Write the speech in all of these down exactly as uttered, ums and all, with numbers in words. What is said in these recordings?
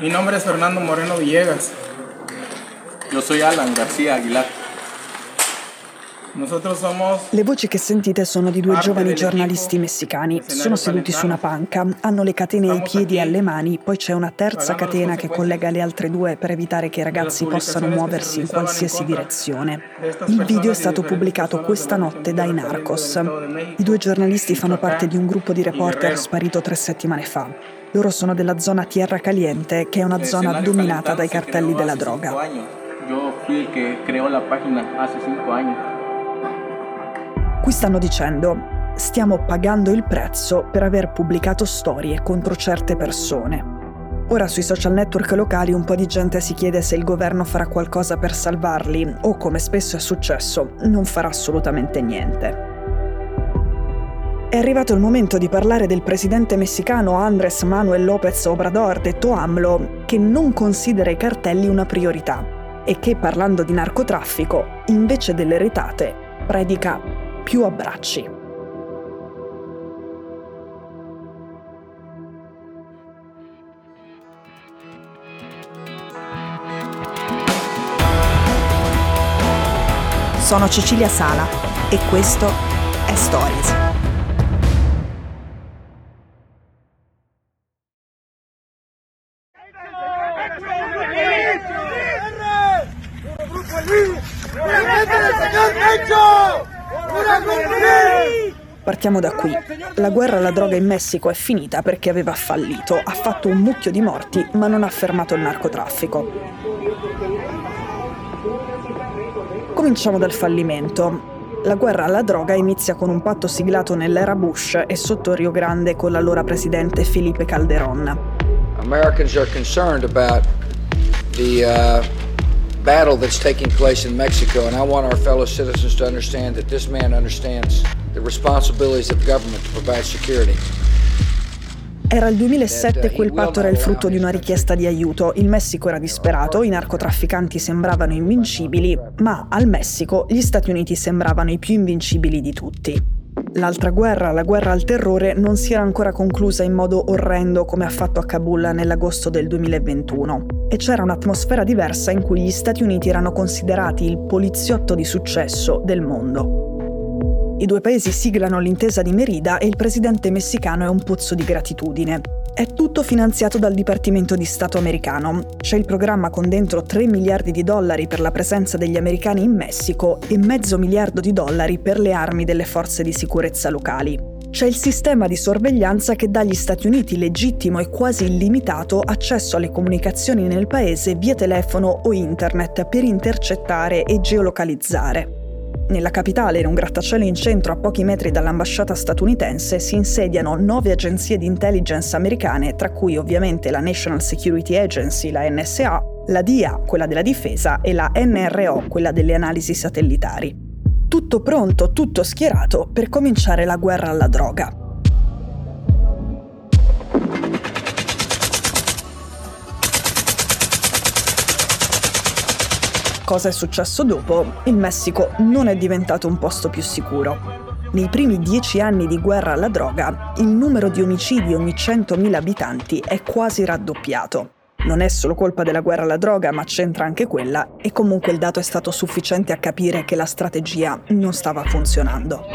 Mi nombre es Fernando Moreno Villegas. Yo soy Alan García Aguilar. Nosotros somos... Le voci che sentite sono di due giovani giornalisti messicani. Sono seduti su una panca, hanno le catene ai piedi e alle mani, poi c'è una terza catena che collega le altre due per evitare che i ragazzi possano muoversi in qualsiasi direzione. Il video è stato pubblicato questa notte dai Narcos. I due giornalisti fanno parte di un gruppo di reporter sparito tre settimane fa. Loro sono della zona Tierra Caliente, che è una zona dominata dai cartelli della droga. Io fui il che creò la pagina hace cinco anni. Qui stanno dicendo: stiamo pagando il prezzo per aver pubblicato storie contro certe persone. Ora sui social network locali un po' di gente si chiede se il governo farà qualcosa per salvarli o, come spesso è successo, non farà assolutamente niente. È arrivato il momento di parlare del presidente messicano Andrés Manuel López Obrador, detto AMLO, che non considera i cartelli una priorità e che, parlando di narcotraffico, invece delle retate, predica più abbracci. Sono Cecilia Sala e questo è Stories. Partiamo da qui. La guerra alla droga in Messico è finita perché aveva fallito, ha fatto un mucchio di morti, ma non ha fermato il narcotraffico. Cominciamo dal fallimento. La guerra alla droga inizia con un patto siglato nell'era Bush e sotto Rio Grande con l'allora presidente Felipe Calderón. Americans are concerned about the uh, battle that's taking place in Mexico, and I want our fellow citizens to understand that this man understands the responsibilities of government to provide security. Era il duemilasette e quel patto era il frutto di una richiesta di aiuto. Il Messico era disperato, i narcotrafficanti sembravano invincibili, ma al Messico gli Stati Uniti sembravano i più invincibili di tutti. L'altra guerra, la guerra al terrore, non si era ancora conclusa in modo orrendo come ha fatto a Kabul nell'agosto del duemilaventuno. E c'era un'atmosfera diversa in cui gli Stati Uniti erano considerati il poliziotto di successo del mondo. I due paesi siglano l'intesa di Merida e il presidente messicano è un pozzo di gratitudine. È tutto finanziato dal Dipartimento di Stato americano. C'è il programma con dentro tre miliardi di dollari per la presenza degli americani in Messico e mezzo miliardo di dollari per le armi delle forze di sicurezza locali. C'è il sistema di sorveglianza che dà agli Stati Uniti legittimo e quasi illimitato accesso alle comunicazioni nel paese via telefono o internet per intercettare e geolocalizzare. Nella capitale, in un grattacielo in centro a pochi metri dall'ambasciata statunitense, si insediano nove agenzie di intelligence americane, tra cui ovviamente la National Security Agency, la N S A, la D I A, quella della difesa, e la N R O, quella delle analisi satellitari. Tutto pronto, tutto schierato per cominciare la guerra alla droga. Cosa è successo dopo? Il Messico non è diventato un posto più sicuro. Nei primi dieci anni di guerra alla droga, il numero di omicidi ogni centomila abitanti è quasi raddoppiato. Non è solo colpa della guerra alla droga, ma c'entra anche quella, e comunque il dato è stato sufficiente a capire che la strategia non stava funzionando.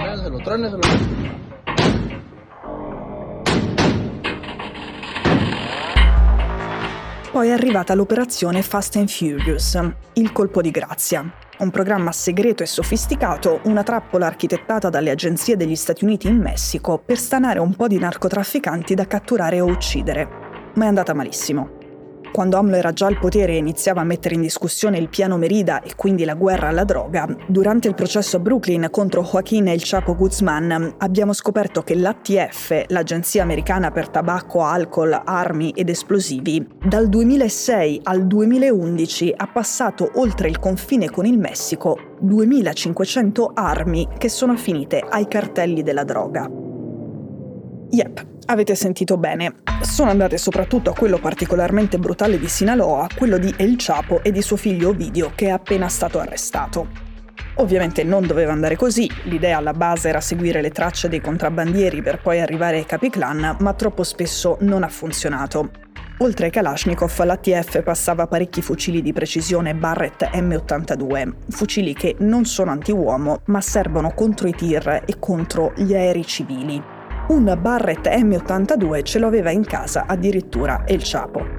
Poi è arrivata l'operazione Fast and Furious, il colpo di grazia. Un programma segreto e sofisticato, una trappola architettata dalle agenzie degli Stati Uniti in Messico per stanare un po' di narcotrafficanti da catturare o uccidere. Ma è andata malissimo. Quando AMLO era già al potere e iniziava a mettere in discussione il piano Merida e quindi la guerra alla droga, durante il processo a Brooklyn contro Joaquín El Chapo Guzmán abbiamo scoperto che l'A T F, l'Agenzia Americana per Tabacco, Alcol, Armi ed Esplosivi, dal duemilasei al duemilaundici ha passato oltre il confine con il Messico duemilacinquecento armi che sono finite ai cartelli della droga. Yep, avete sentito bene. Sono andate soprattutto a quello particolarmente brutale di Sinaloa, quello di El Chapo e di suo figlio Ovidio, che è appena stato arrestato. Ovviamente non doveva andare così, l'idea alla base era seguire le tracce dei contrabbandieri per poi arrivare ai capiclan, ma troppo spesso non ha funzionato. Oltre ai Kalashnikov, l'A T F passava parecchi fucili di precisione Barrett M ottantadue, fucili che non sono anti-uomo, ma servono contro i tir e contro gli aerei civili. Un Barrett M ottantadue ce lo aveva in casa addirittura El Chapo.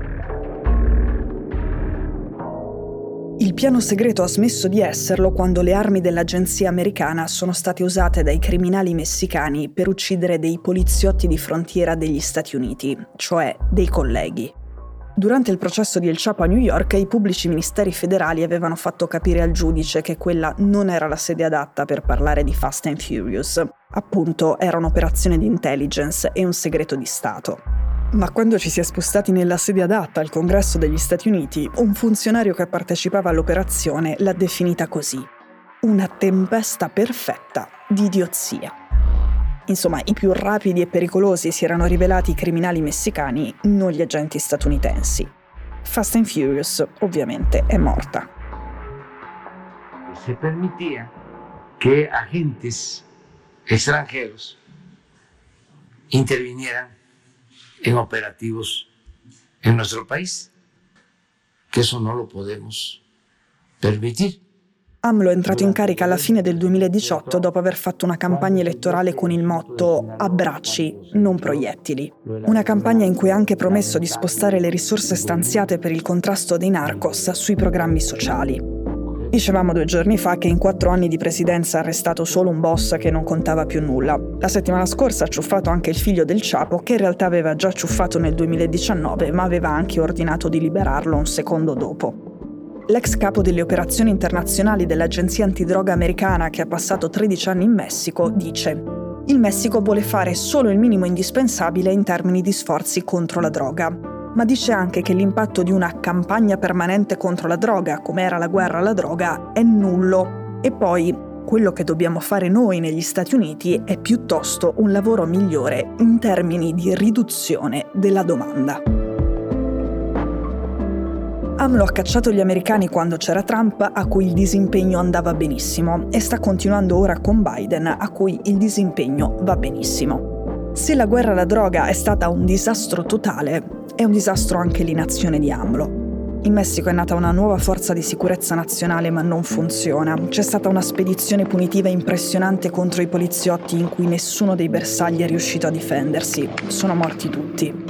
Il piano segreto ha smesso di esserlo quando le armi dell'agenzia americana sono state usate dai criminali messicani per uccidere dei poliziotti di frontiera degli Stati Uniti, cioè dei colleghi. Durante il processo di El Chapo a New York, i pubblici ministeri federali avevano fatto capire al giudice che quella non era la sede adatta per parlare di Fast and Furious. Appunto, era un'operazione di intelligence e un segreto di Stato. Ma quando ci si è spostati nella sede adatta al Congresso degli Stati Uniti, un funzionario che partecipava all'operazione l'ha definita così: una tempesta perfetta di idiozia. Insomma, i più rapidi e pericolosi si erano rivelati i criminali messicani, non gli agenti statunitensi. Fast and Furious, ovviamente, è morta. Se permitía que agentes extranjeros intervinieran en operativos en nuestro país, que eso no lo podemos permitir. AMLO è entrato in carica alla fine del duemiladiciotto dopo aver fatto una campagna elettorale con il motto "abbracci, non proiettili". Una campagna in cui ha anche promesso di spostare le risorse stanziate per il contrasto dei narcos sui programmi sociali. Dicevamo due giorni fa che in quattro anni di presidenza ha arrestato solo un boss che non contava più nulla. La settimana scorsa ha ciuffato anche il figlio del Chapo, che in realtà aveva già ciuffato nel duemiladiciannove, ma aveva anche ordinato di liberarlo un secondo dopo. L'ex capo delle operazioni internazionali dell'agenzia antidroga americana, che ha passato tredici anni in Messico, dice: il Messico vuole fare solo il minimo indispensabile in termini di sforzi contro la droga. Ma dice anche che l'impatto di una campagna permanente contro la droga, come era la guerra alla droga, è nullo. E poi, quello che dobbiamo fare noi negli Stati Uniti è piuttosto un lavoro migliore in termini di riduzione della domanda. AMLO ha cacciato gli americani quando c'era Trump, a cui il disimpegno andava benissimo, e sta continuando ora con Biden, a cui il disimpegno va benissimo. Se la guerra alla droga è stata un disastro totale, è un disastro anche l'inazione di AMLO. In Messico è nata una nuova forza di sicurezza nazionale, ma non funziona. C'è stata una spedizione punitiva impressionante contro i poliziotti in cui nessuno dei bersagli è riuscito a difendersi. Sono morti tutti.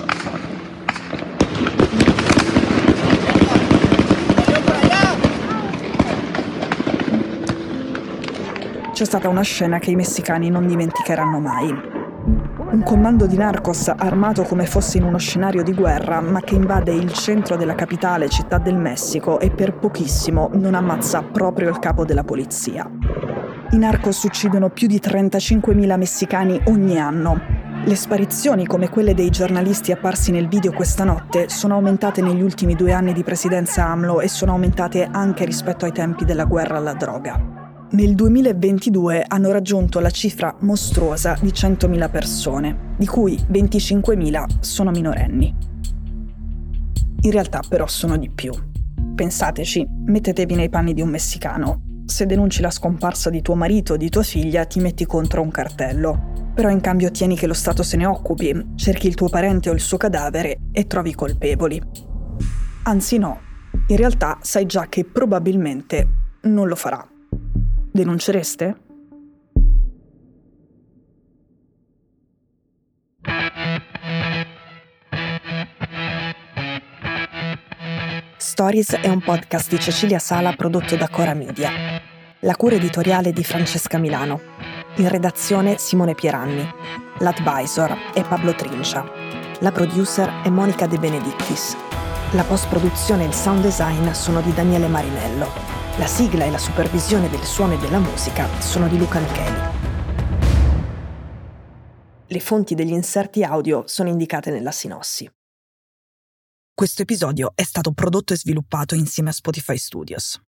C'è stata una scena che i messicani non dimenticheranno mai. Un comando di narcos armato come fosse in uno scenario di guerra, ma che invade il centro della capitale, Città del Messico, e per pochissimo non ammazza proprio il capo della polizia. I narcos uccidono più di trentacinquemila messicani ogni anno. Le sparizioni, come quelle dei giornalisti apparsi nel video questa notte, sono aumentate negli ultimi due anni di presidenza AMLO e sono aumentate anche rispetto ai tempi della guerra alla droga. Nel duemilaventidue hanno raggiunto la cifra mostruosa di centomila persone, di cui venticinquemila sono minorenni. In realtà però sono di più. Pensateci, mettetevi nei panni di un messicano. Se denunci la scomparsa di tuo marito o di tua figlia, ti metti contro un cartello. Però in cambio ottieni che lo Stato se ne occupi, cerchi il tuo parente o il suo cadavere e trovi colpevoli. Anzi no, in realtà sai già che probabilmente non lo farà. Denuncereste? Stories è un podcast di Cecilia Sala prodotto da Cora Media. La cura editoriale di Francesca Milano. In redazione Simone Pieranni. L'advisor è Pablo Trincia. La producer è Monica De Benedictis. La post-produzione e il sound design sono di Daniele Marinello. La sigla e la supervisione del suono e della musica sono di Luca Micheli. Le fonti degli inserti audio sono indicate nella sinossi. Questo episodio è stato prodotto e sviluppato insieme a Spotify Studios.